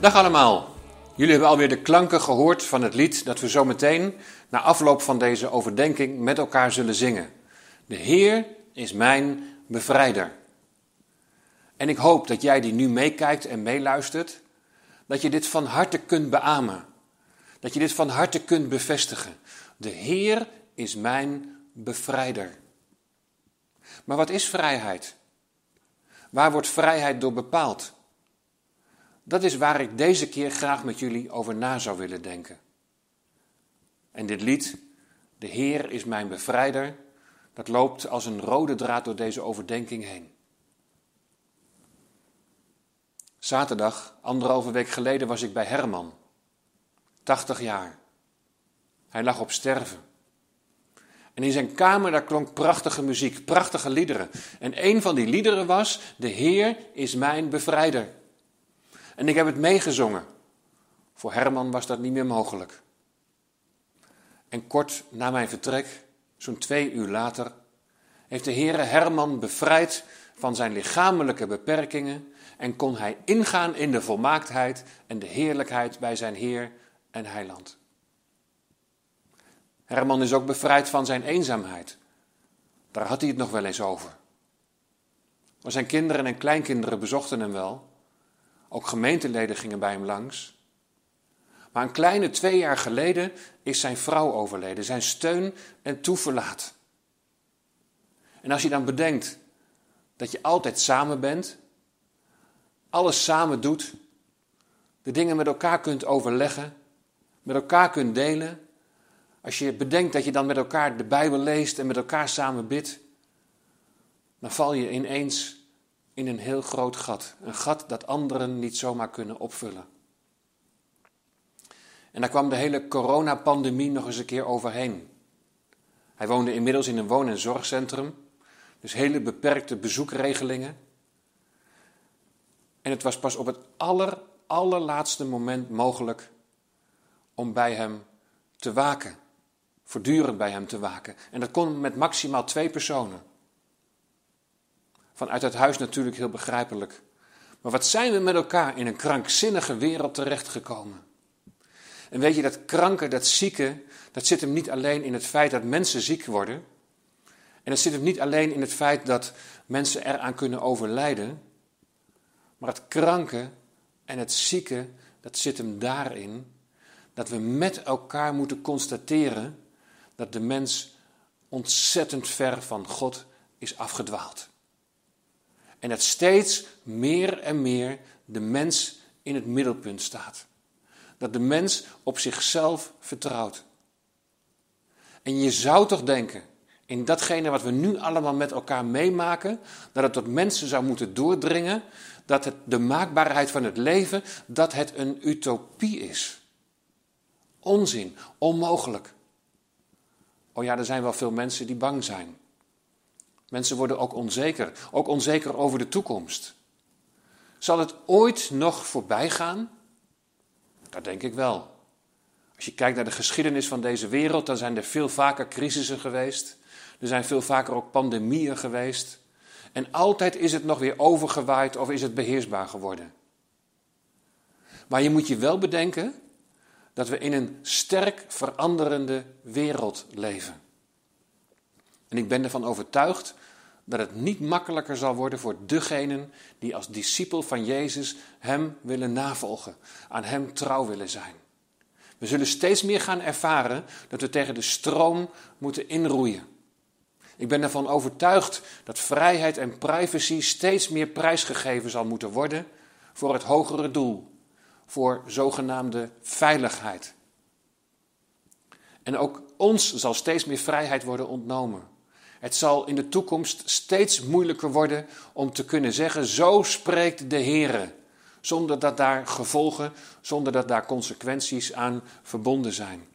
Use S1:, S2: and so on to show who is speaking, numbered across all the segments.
S1: Dag allemaal. Jullie hebben alweer de klanken gehoord van het lied dat we zo meteen, na afloop van deze overdenking, met elkaar zullen zingen. De Heer is mijn bevrijder. En ik hoop dat jij die nu meekijkt en meeluistert, dat je dit van harte kunt beamen. Dat je dit van harte kunt bevestigen. De Heer is mijn bevrijder. Maar wat is vrijheid? Waar wordt vrijheid door bepaald? Dat is waar ik deze keer graag met jullie over na zou willen denken. En dit lied, De Heer is mijn bevrijder, dat loopt als een rode draad door deze overdenking heen. Zaterdag, 1,5 week geleden, was ik bij Herman. 80 jaar. Hij lag op sterven. En in zijn kamer, daar klonk prachtige muziek, prachtige liederen. En een van die liederen was, De Heer is mijn bevrijder. En ik heb het meegezongen. Voor Herman was dat niet meer mogelijk. En kort na mijn vertrek, zo'n 2 uur later, heeft de Heere Herman bevrijd van zijn lichamelijke beperkingen en kon hij ingaan in de volmaaktheid en de heerlijkheid bij zijn Heer en Heiland. Herman is ook bevrijd van zijn eenzaamheid. Daar had hij het nog wel eens over. Maar zijn kinderen en kleinkinderen bezochten hem wel. Ook gemeenteleden gingen bij hem langs. Maar een kleine 2 jaar geleden is zijn vrouw overleden, zijn steun en toeverlaat. En als je dan bedenkt dat je altijd samen bent, alles samen doet, de dingen met elkaar kunt overleggen, met elkaar kunt delen. Als je bedenkt dat je dan met elkaar de Bijbel leest en met elkaar samen bidt, dan val je ineens in een heel groot gat. Een gat dat anderen niet zomaar kunnen opvullen. En daar kwam de hele coronapandemie nog eens een keer overheen. Hij woonde inmiddels in een woon- en zorgcentrum. Dus hele beperkte bezoekregelingen. En het was pas op het allerlaatste moment mogelijk om bij hem te waken. Voortdurend bij hem te waken. En dat kon met maximaal 2 personen. Vanuit het huis natuurlijk heel begrijpelijk. Maar wat zijn we met elkaar in een krankzinnige wereld terechtgekomen. En weet je, dat kranke, dat zieke, dat zit hem niet alleen in het feit dat mensen ziek worden. En dat zit hem niet alleen in het feit dat mensen eraan kunnen overlijden. Maar het kranke en het zieke, dat zit hem daarin dat we met elkaar moeten constateren dat de mens ontzettend ver van God is afgedwaald. En dat steeds meer en meer de mens in het middelpunt staat. Dat de mens op zichzelf vertrouwt. En je zou toch denken, in datgene wat we nu allemaal met elkaar meemaken, dat het tot mensen zou moeten doordringen, dat het de maakbaarheid van het leven, dat het een utopie is. Onzin, onmogelijk. Oh ja, er zijn wel veel mensen die bang zijn. Mensen worden ook onzeker over de toekomst. Zal het ooit nog voorbij gaan? Dat denk ik wel. Als je kijkt naar de geschiedenis van deze wereld, dan zijn er veel vaker crisissen geweest. Er zijn veel vaker ook pandemieën geweest. En altijd is het nog weer overgewaaid of is het beheersbaar geworden. Maar je moet je wel bedenken dat we in een sterk veranderende wereld leven. En ik ben ervan overtuigd dat het niet makkelijker zal worden voor degenen die als discipel van Jezus hem willen navolgen, aan hem trouw willen zijn. We zullen steeds meer gaan ervaren dat we tegen de stroom moeten inroeien. Ik ben ervan overtuigd dat vrijheid en privacy steeds meer prijsgegeven zal moeten worden voor het hogere doel, voor zogenaamde veiligheid. En ook ons zal steeds meer vrijheid worden ontnomen. Het zal in de toekomst steeds moeilijker worden om te kunnen zeggen, zo spreekt de Heere. Zonder dat daar gevolgen, zonder dat daar consequenties aan verbonden zijn.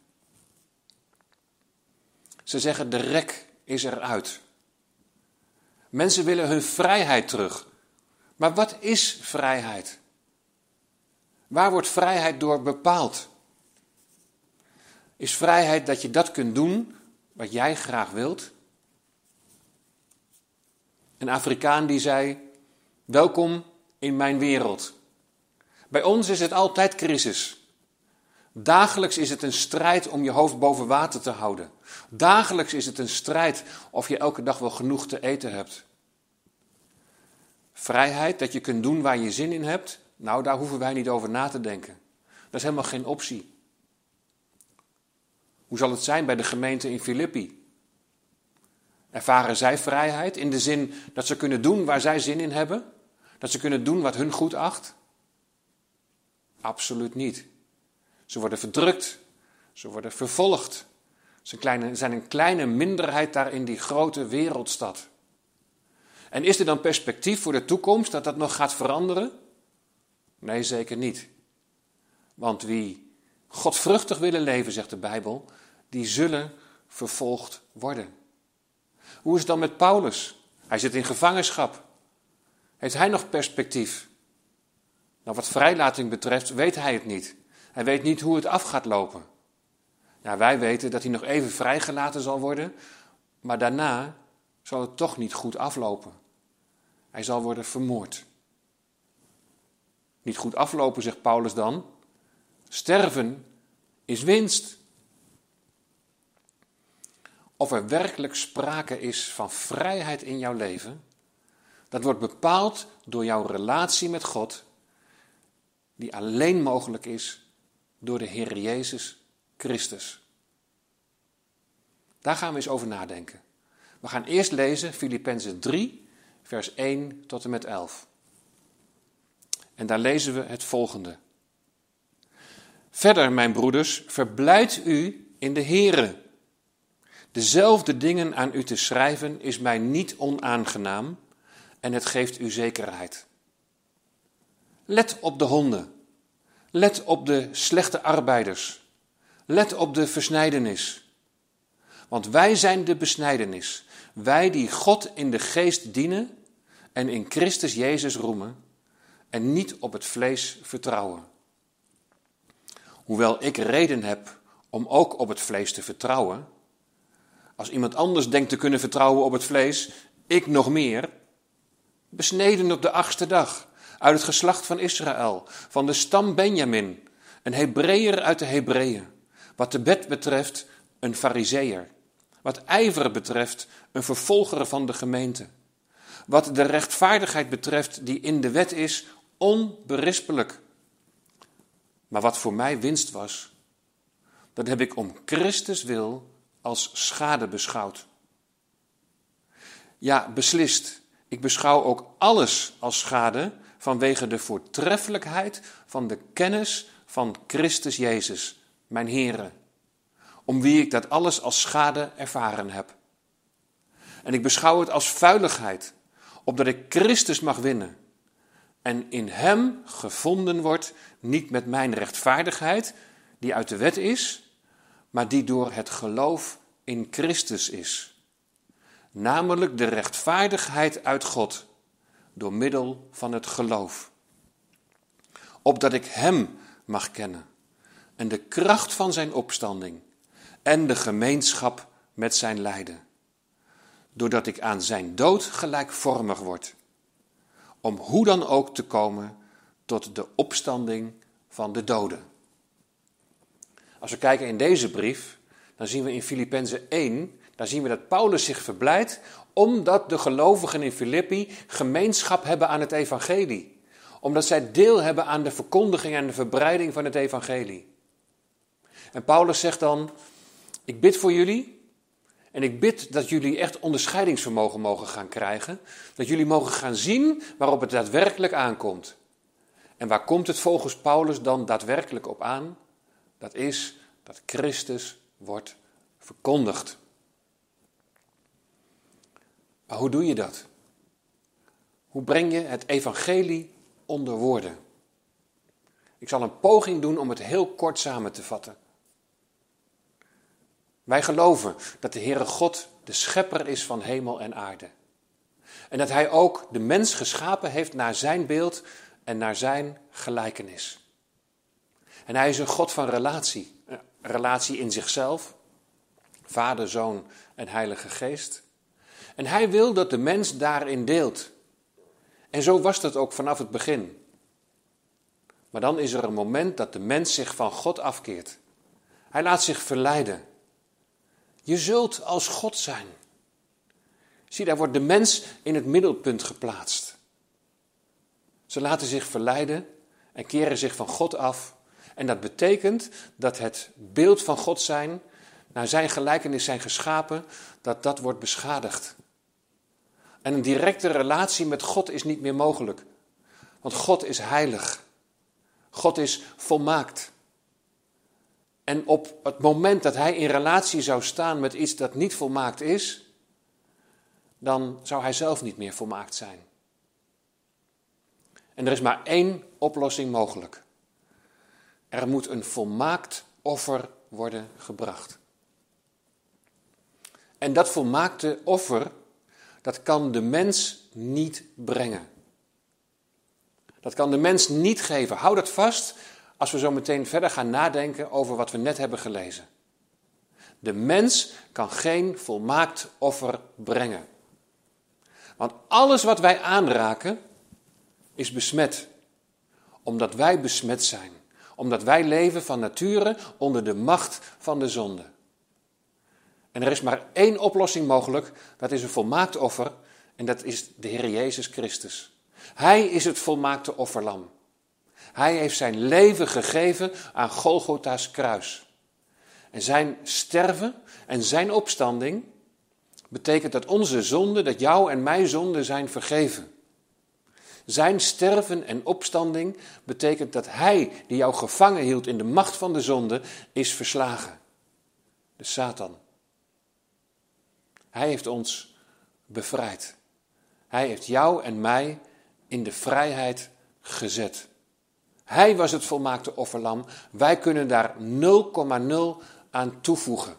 S1: Ze zeggen, de rek is eruit. Mensen willen hun vrijheid terug. Maar wat is vrijheid? Waar wordt vrijheid door bepaald? Is vrijheid dat je dat kunt doen wat jij graag wilt? Een Afrikaan die zei, welkom in mijn wereld. Bij ons is het altijd crisis. Dagelijks is het een strijd om je hoofd boven water te houden. Dagelijks is het een strijd of je elke dag wel genoeg te eten hebt. Vrijheid, dat je kunt doen waar je zin in hebt, nou daar hoeven wij niet over na te denken. Dat is helemaal geen optie. Hoe zal het zijn bij de gemeente in Filippi? Ervaren zij vrijheid in de zin dat ze kunnen doen waar zij zin in hebben? Dat ze kunnen doen wat hun goed acht? Absoluut niet. Ze worden verdrukt, ze worden vervolgd. Ze zijn een kleine minderheid daar in die grote wereldstad. En is er dan perspectief voor de toekomst dat dat nog gaat veranderen? Nee, zeker niet. Want wie godvruchtig willen leven, zegt de Bijbel, die zullen vervolgd worden. Hoe is het dan met Paulus? Hij zit in gevangenschap. Heeft hij nog perspectief? Nou, wat vrijlating betreft weet hij het niet. Hij weet niet hoe het af gaat lopen. Ja, wij weten dat hij nog even vrijgelaten zal worden, maar daarna zal het toch niet goed aflopen. Hij zal worden vermoord. Niet goed aflopen, zegt Paulus dan. Sterven is winst. Of er werkelijk sprake is van vrijheid in jouw leven, dat wordt bepaald door jouw relatie met God, die alleen mogelijk is door de Heer Jezus Christus. Daar gaan we eens over nadenken. We gaan eerst lezen Filippenzen 3, vers 1 tot en met 11. En daar lezen we het volgende. Verder, mijn broeders, verblijd u in de Here. Dezelfde dingen aan u te schrijven is mij niet onaangenaam en het geeft u zekerheid. Let op de honden. Let op de slechte arbeiders. Let op de versnijdenis. Want wij zijn de besnijdenis. Wij die God in de geest dienen en in Christus Jezus roemen en niet op het vlees vertrouwen. Hoewel ik reden heb om ook op het vlees te vertrouwen. Als iemand anders denkt te kunnen vertrouwen op het vlees, ik nog meer. Besneden op de 8e dag, uit het geslacht van Israël, van de stam Benjamin, een Hebreeër uit de Hebreeën. Wat de wet betreft, een Farizeeër. Wat ijver betreft, een vervolger van de gemeente. Wat de rechtvaardigheid betreft die in de wet is, onberispelijk. Maar wat voor mij winst was, dat heb ik om Christus wil als schade beschouwd. Ja, beslist. Ik beschouw ook alles als schade vanwege de voortreffelijkheid van de kennis van Christus Jezus, mijn Heere, om wie ik dat alles als schade ervaren heb. En ik beschouw het als vuiligheid, opdat ik Christus mag winnen en in hem gevonden wordt, niet met mijn rechtvaardigheid, die uit de wet is, maar die door het geloof in Christus is. Namelijk de rechtvaardigheid uit God, door middel van het geloof. Opdat ik hem mag kennen en de kracht van zijn opstanding en de gemeenschap met zijn lijden. Doordat ik aan zijn dood gelijkvormig word, om hoe dan ook te komen tot de opstanding van de doden. Als we kijken in deze brief, dan zien we in Filippenzen 1, daar zien we dat Paulus zich verblijdt, omdat de gelovigen in Filippi gemeenschap hebben aan het evangelie. Omdat zij deel hebben aan de verkondiging en de verbreiding van het evangelie. En Paulus zegt dan, ik bid voor jullie en ik bid dat jullie echt onderscheidingsvermogen mogen gaan krijgen. Dat jullie mogen gaan zien waarop het daadwerkelijk aankomt. En waar komt het volgens Paulus dan daadwerkelijk op aan? Dat is dat Christus wordt verkondigd. Maar hoe doe je dat? Hoe breng je het evangelie onder woorden? Ik zal een poging doen om het heel kort samen te vatten. Wij geloven dat de Heere God de schepper is van hemel en aarde. En dat hij ook de mens geschapen heeft naar zijn beeld en naar zijn gelijkenis. En hij is een God van relatie. Een relatie in zichzelf, Vader, Zoon en Heilige Geest. En hij wil dat de mens daarin deelt. En zo was dat ook vanaf het begin. Maar dan is er een moment dat de mens zich van God afkeert. Hij laat zich verleiden. Je zult als God zijn. Zie, daar wordt de mens in het middelpunt geplaatst. Ze laten zich verleiden en keren zich van God af. En dat betekent dat het beeld van God zijn, naar zijn gelijkenis zijn geschapen, dat wordt beschadigd. En een directe relatie met God is niet meer mogelijk. Want God is heilig. God is volmaakt. En op het moment dat hij in relatie zou staan met iets dat niet volmaakt is, dan zou hij zelf niet meer volmaakt zijn. En er is maar één oplossing mogelijk. Er moet een volmaakt offer worden gebracht. En dat volmaakte offer, dat kan de mens niet brengen. Dat kan de mens niet geven. Hou dat vast als we zo meteen verder gaan nadenken over wat we net hebben gelezen. De mens kan geen volmaakt offer brengen. Want alles wat wij aanraken is besmet. Omdat wij besmet zijn. Omdat wij leven van nature onder de macht van de zonde. En er is maar één oplossing mogelijk. Dat is een volmaakt offer. En dat is de Heer Jezus Christus. Hij is het volmaakte offerlam. Hij heeft zijn leven gegeven aan Golgotha's kruis. En zijn sterven en zijn opstanding betekent dat onze zonden, dat jouw en mijn zonden zijn vergeven. Zijn sterven en opstanding betekent dat hij, die jou gevangen hield in de macht van de zonde, is verslagen. De Satan. Hij heeft ons bevrijd. Hij heeft jou en mij in de vrijheid gezet. Hij was het volmaakte offerlam. Wij kunnen daar 0,0 aan toevoegen.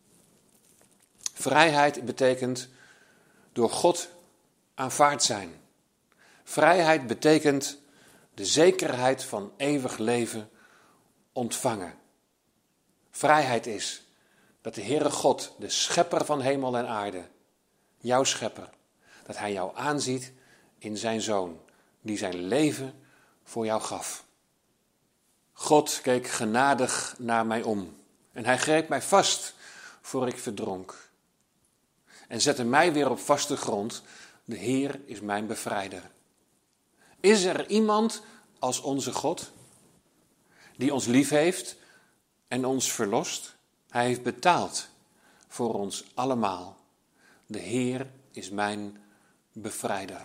S1: Vrijheid betekent door God aanvaard zijn. Vrijheid betekent de zekerheid van eeuwig leven ontvangen. Vrijheid is dat de Heere God, de schepper van hemel en aarde, jouw schepper, dat hij jou aanziet in zijn Zoon, die zijn leven voor jou gaf. God keek genadig naar mij om en hij greep mij vast voor ik verdronk. En zette mij weer op vaste grond, de Heer is mijn bevrijder. Is er iemand als onze God, die ons lief heeft en ons verlost? Hij heeft betaald voor ons allemaal. De Heer is mijn bevrijder.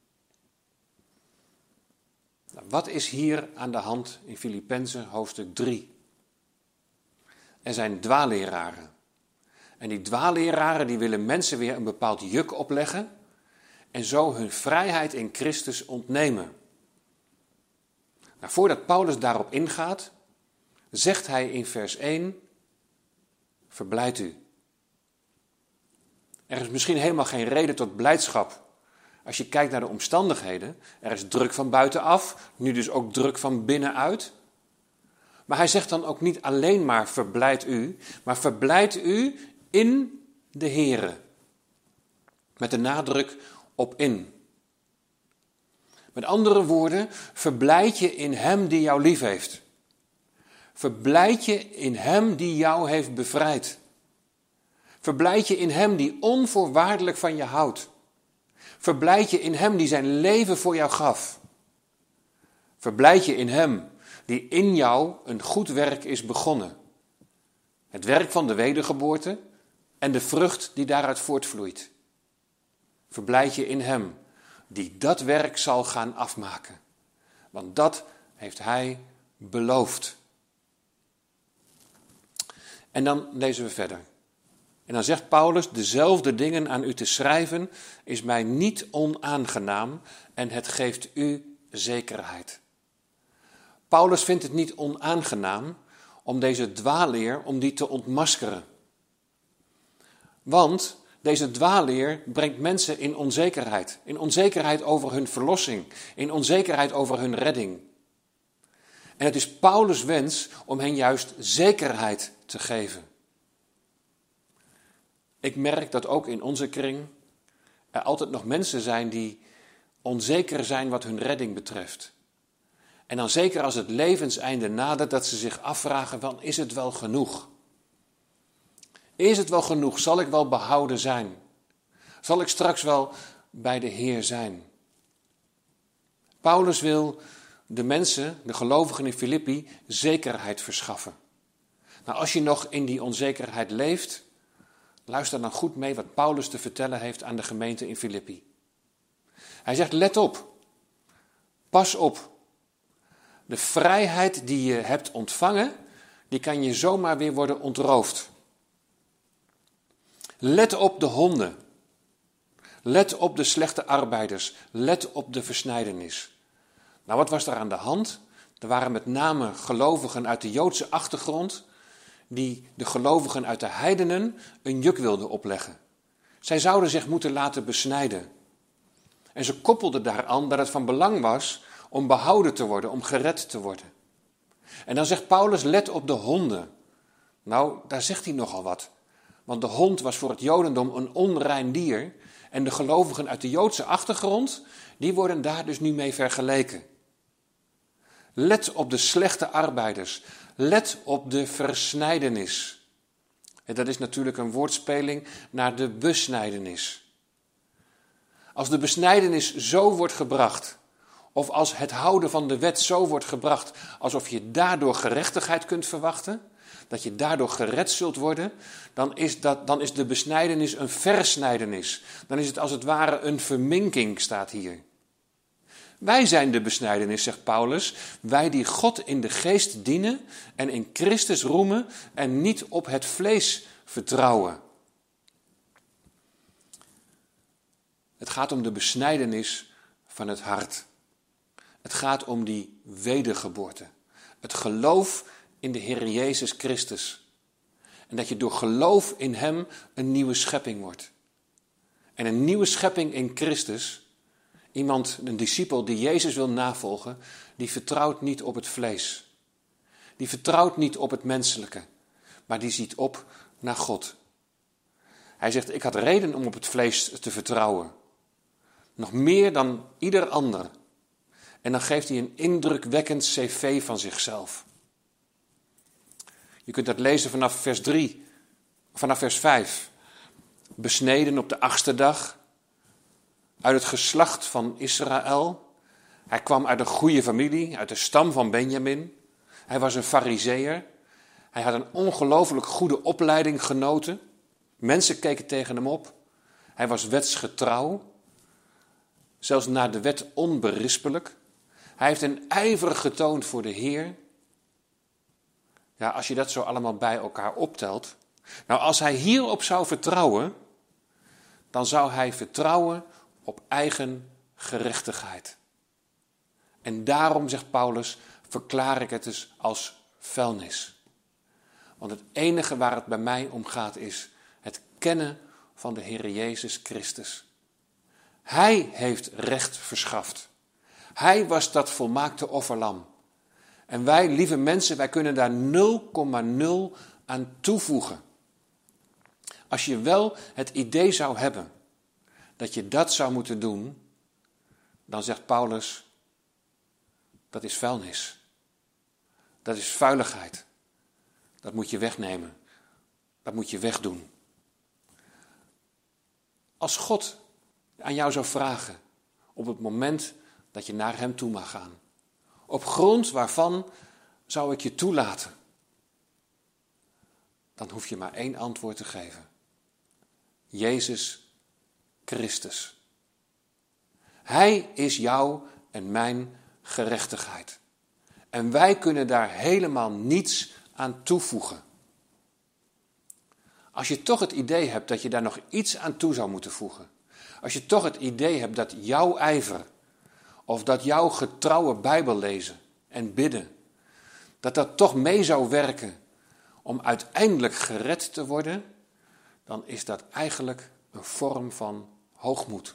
S1: Nou, wat is hier aan de hand in Filippenzen hoofdstuk 3? Er zijn dwaalleraren. En die dwaalleraren die willen mensen weer een bepaald juk opleggen en zo hun vrijheid in Christus ontnemen. Nou, voordat Paulus daarop ingaat, zegt hij in vers 1, verblijd u. Er is misschien helemaal geen reden tot blijdschap. Als je kijkt naar de omstandigheden, er is druk van buitenaf, nu dus ook druk van binnenuit. Maar hij zegt dan ook niet alleen maar verblijd u, maar verblijd u in de Here. Met de nadruk op in. Met andere woorden, verblijd je in hem die jou lief heeft. Verblijd je in hem die jou heeft bevrijd. Verblijd je in hem die onvoorwaardelijk van je houdt. Verblijd je in hem die zijn leven voor jou gaf. Verblijd je in hem die in jou een goed werk is begonnen. Het werk van de wedergeboorte en de vrucht die daaruit voortvloeit. Verblijd je in hem die dat werk zal gaan afmaken. Want dat heeft hij beloofd. En dan lezen we verder. En dan zegt Paulus, dezelfde dingen aan u te schrijven is mij niet onaangenaam en het geeft u zekerheid. Paulus vindt het niet onaangenaam om deze dwaalleer, om die te ontmaskeren. Want deze dwaalleer brengt mensen in onzekerheid. In onzekerheid over hun verlossing. In onzekerheid over hun redding. En het is Paulus' wens om hen juist zekerheid te geven. Ik merk dat ook in onze kring er altijd nog mensen zijn die onzeker zijn wat hun redding betreft. En dan zeker als het levenseinde nadert, dat ze zich afvragen, van, is het wel genoeg? Is het wel genoeg? Zal ik wel behouden zijn? Zal ik straks wel bij de Heer zijn? Paulus wil de mensen, de gelovigen in Filippi, zekerheid verschaffen. Nou, als je nog in die onzekerheid leeft, luister dan goed mee wat Paulus te vertellen heeft aan de gemeente in Filippi. Hij zegt, let op, pas op. De vrijheid die je hebt ontvangen, die kan je zomaar weer worden ontroofd. Let op de honden. Let op de slechte arbeiders. Let op de versnijdenis. Nou, wat was daar aan de hand? Er waren met name gelovigen uit de Joodse achtergrond die de gelovigen uit de heidenen een juk wilden opleggen. Zij zouden zich moeten laten besnijden. En ze koppelden daaraan dat het van belang was om behouden te worden, om gered te worden. En dan zegt Paulus, let op de honden. Nou, daar zegt hij nogal wat. Want de hond was voor het Jodendom een onrein dier. En de gelovigen uit de Joodse achtergrond, die worden daar dus nu mee vergeleken. Let op de slechte arbeiders. Let op de versnijdenis. En dat is natuurlijk een woordspeling naar de besnijdenis. Als de besnijdenis zo wordt gebracht, of als het houden van de wet zo wordt gebracht, alsof je daardoor gerechtigheid kunt verwachten, dat je daardoor gered zult worden, dan is de besnijdenis een versnijdenis. Dan is het als het ware een verminking, staat hier. Wij zijn de besnijdenis, zegt Paulus, wij die God in de geest dienen en in Christus roemen en niet op het vlees vertrouwen. Het gaat om de besnijdenis van het hart. Het gaat om die wedergeboorte. Het geloof in de Heer Jezus Christus. En dat je door geloof in Hem een nieuwe schepping wordt. En een nieuwe schepping in Christus, iemand, een discipel die Jezus wil navolgen, die vertrouwt niet op het vlees. Die vertrouwt niet op het menselijke, maar die ziet op naar God. Hij zegt, ik had reden om op het vlees te vertrouwen. Nog meer dan ieder ander. En dan geeft hij een indrukwekkend cv van zichzelf. Je kunt dat lezen vanaf vers 3, vanaf vers 5. Besneden op de 8e dag, uit het geslacht van Israël. Hij kwam uit een goede familie, uit de stam van Benjamin. Hij was een Farizeeër. Hij had een ongelooflijk goede opleiding genoten. Mensen keken tegen hem op. Hij was wetsgetrouw. Zelfs naar de wet onberispelijk. Hij heeft een ijver getoond voor de Heer. Ja, als je dat zo allemaal bij elkaar optelt. Nou, als hij hierop zou vertrouwen, dan zou hij vertrouwen op eigen gerechtigheid. En daarom, zegt Paulus, verklaar ik het dus als vuilnis. Want het enige waar het bij mij om gaat is het kennen van de Heer Jezus Christus. Hij heeft recht verschaft. Hij was dat volmaakte offerlam. En wij, lieve mensen, wij kunnen daar 0,0 aan toevoegen. Als je wel het idee zou hebben dat je dat zou moeten doen, dan zegt Paulus, dat is vuilnis. Dat is vuiligheid. Dat moet je wegnemen. Dat moet je wegdoen. Als God aan jou zou vragen, op het moment dat je naar hem toe mag gaan, op grond waarvan zou ik je toelaten? Dan hoef je maar één antwoord te geven. Jezus Christus. Hij is jouw en mijn gerechtigheid. En wij kunnen daar helemaal niets aan toevoegen. Als je toch het idee hebt dat je daar nog iets aan toe zou moeten voegen. Als je toch het idee hebt dat jouw ijver, of dat jouw getrouwe Bijbel lezen en bidden, dat toch mee zou werken om uiteindelijk gered te worden, dan is dat eigenlijk een vorm van hoogmoed.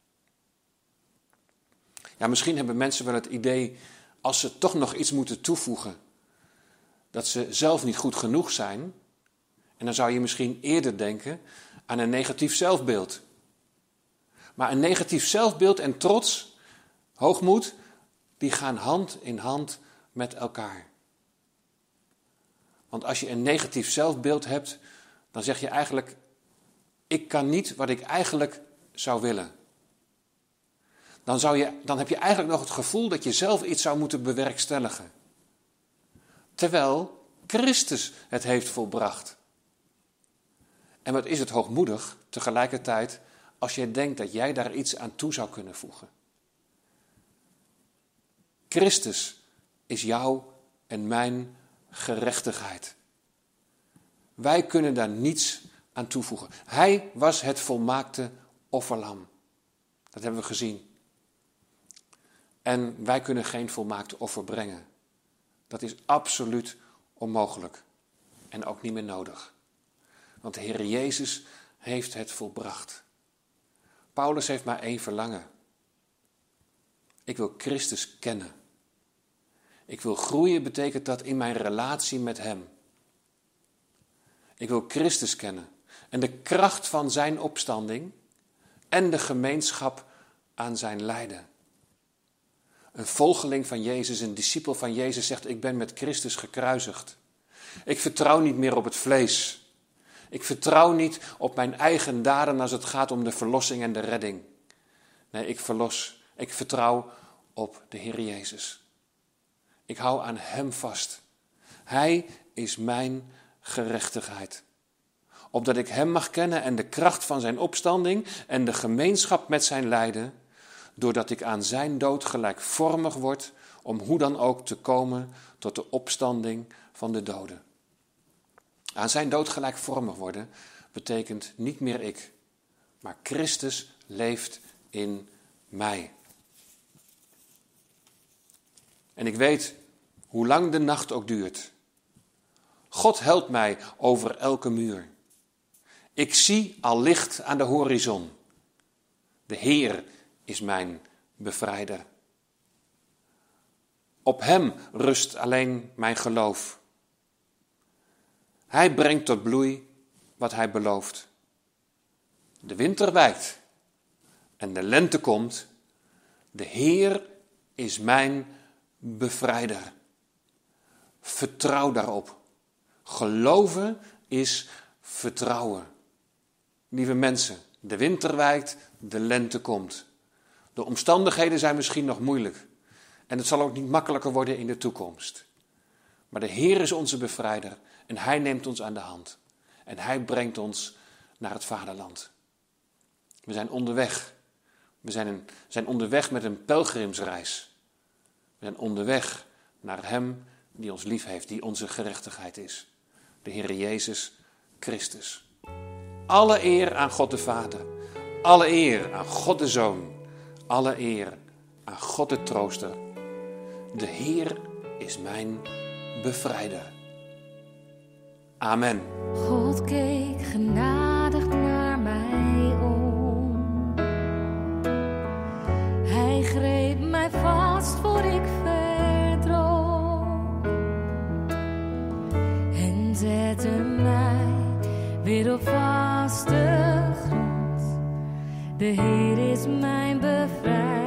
S1: Ja, misschien hebben mensen wel het idee, als ze toch nog iets moeten toevoegen, dat ze zelf niet goed genoeg zijn. En dan zou je misschien eerder denken aan een negatief zelfbeeld. Maar een negatief zelfbeeld en trots, hoogmoed, die gaan hand in hand met elkaar. Want als je een negatief zelfbeeld hebt, dan zeg je eigenlijk, ik kan niet wat ik eigenlijk zou willen. Dan heb je eigenlijk nog het gevoel dat je zelf iets zou moeten bewerkstelligen. Terwijl Christus het heeft volbracht. En wat is het hoogmoedig tegelijkertijd als je denkt dat jij daar iets aan toe zou kunnen voegen. Christus is jouw en mijn gerechtigheid. Wij kunnen daar niets aan toevoegen. Hij was het volmaakte offerlam. Dat hebben we gezien. En wij kunnen geen volmaakt offer brengen. Dat is absoluut onmogelijk. En ook niet meer nodig. Want de Heer Jezus heeft het volbracht. Paulus heeft maar één verlangen. Ik wil Christus kennen. Ik wil groeien, betekent dat in mijn relatie met Hem. Ik wil Christus kennen. En de kracht van zijn opstanding en de gemeenschap aan zijn lijden. Een volgeling van Jezus, een discipel van Jezus zegt, ik ben met Christus gekruisigd. Ik vertrouw niet meer op het vlees. Ik vertrouw niet op mijn eigen daden als het gaat om de verlossing en de redding. Nee, ik vertrouw op de Heer Jezus. Ik hou aan Hem vast. Hij is mijn gerechtigheid. Opdat ik Hem mag kennen en de kracht van zijn opstanding en de gemeenschap met zijn lijden, doordat ik aan zijn dood gelijkvormig word, om hoe dan ook te komen tot de opstanding van de doden. Aan zijn dood gelijkvormig worden betekent niet meer ik, maar Christus leeft in mij. En ik weet, hoe lang de nacht ook duurt, God helpt mij over elke muur. Ik zie al licht aan de horizon. De Heer is mijn bevrijder. Op Hem rust alleen mijn geloof. Hij brengt tot bloei wat Hij belooft. De winter wijkt en de lente komt. De Heer is mijn bevrijder. Vertrouw daarop. Geloven is vertrouwen. Lieve mensen, de winter wijkt, de lente komt. De omstandigheden zijn misschien nog moeilijk. En het zal ook niet makkelijker worden in de toekomst. Maar de Heer is onze bevrijder en Hij neemt ons aan de hand. En Hij brengt ons naar het vaderland. We zijn onderweg. We zijn onderweg met een pelgrimsreis. We zijn onderweg naar Hem die ons lief heeft, die onze gerechtigheid is. De Heer Jezus Christus. Alle eer aan God de Vader. Alle eer aan God de Zoon. Alle eer aan God de Trooster. De Heer is mijn bevrijder. Amen.
S2: God keek genadig naar mij om. Hij greep mij vast voor ik verdroop. En zette mij weer op vaste grond. De Heer is mijn bevrijder.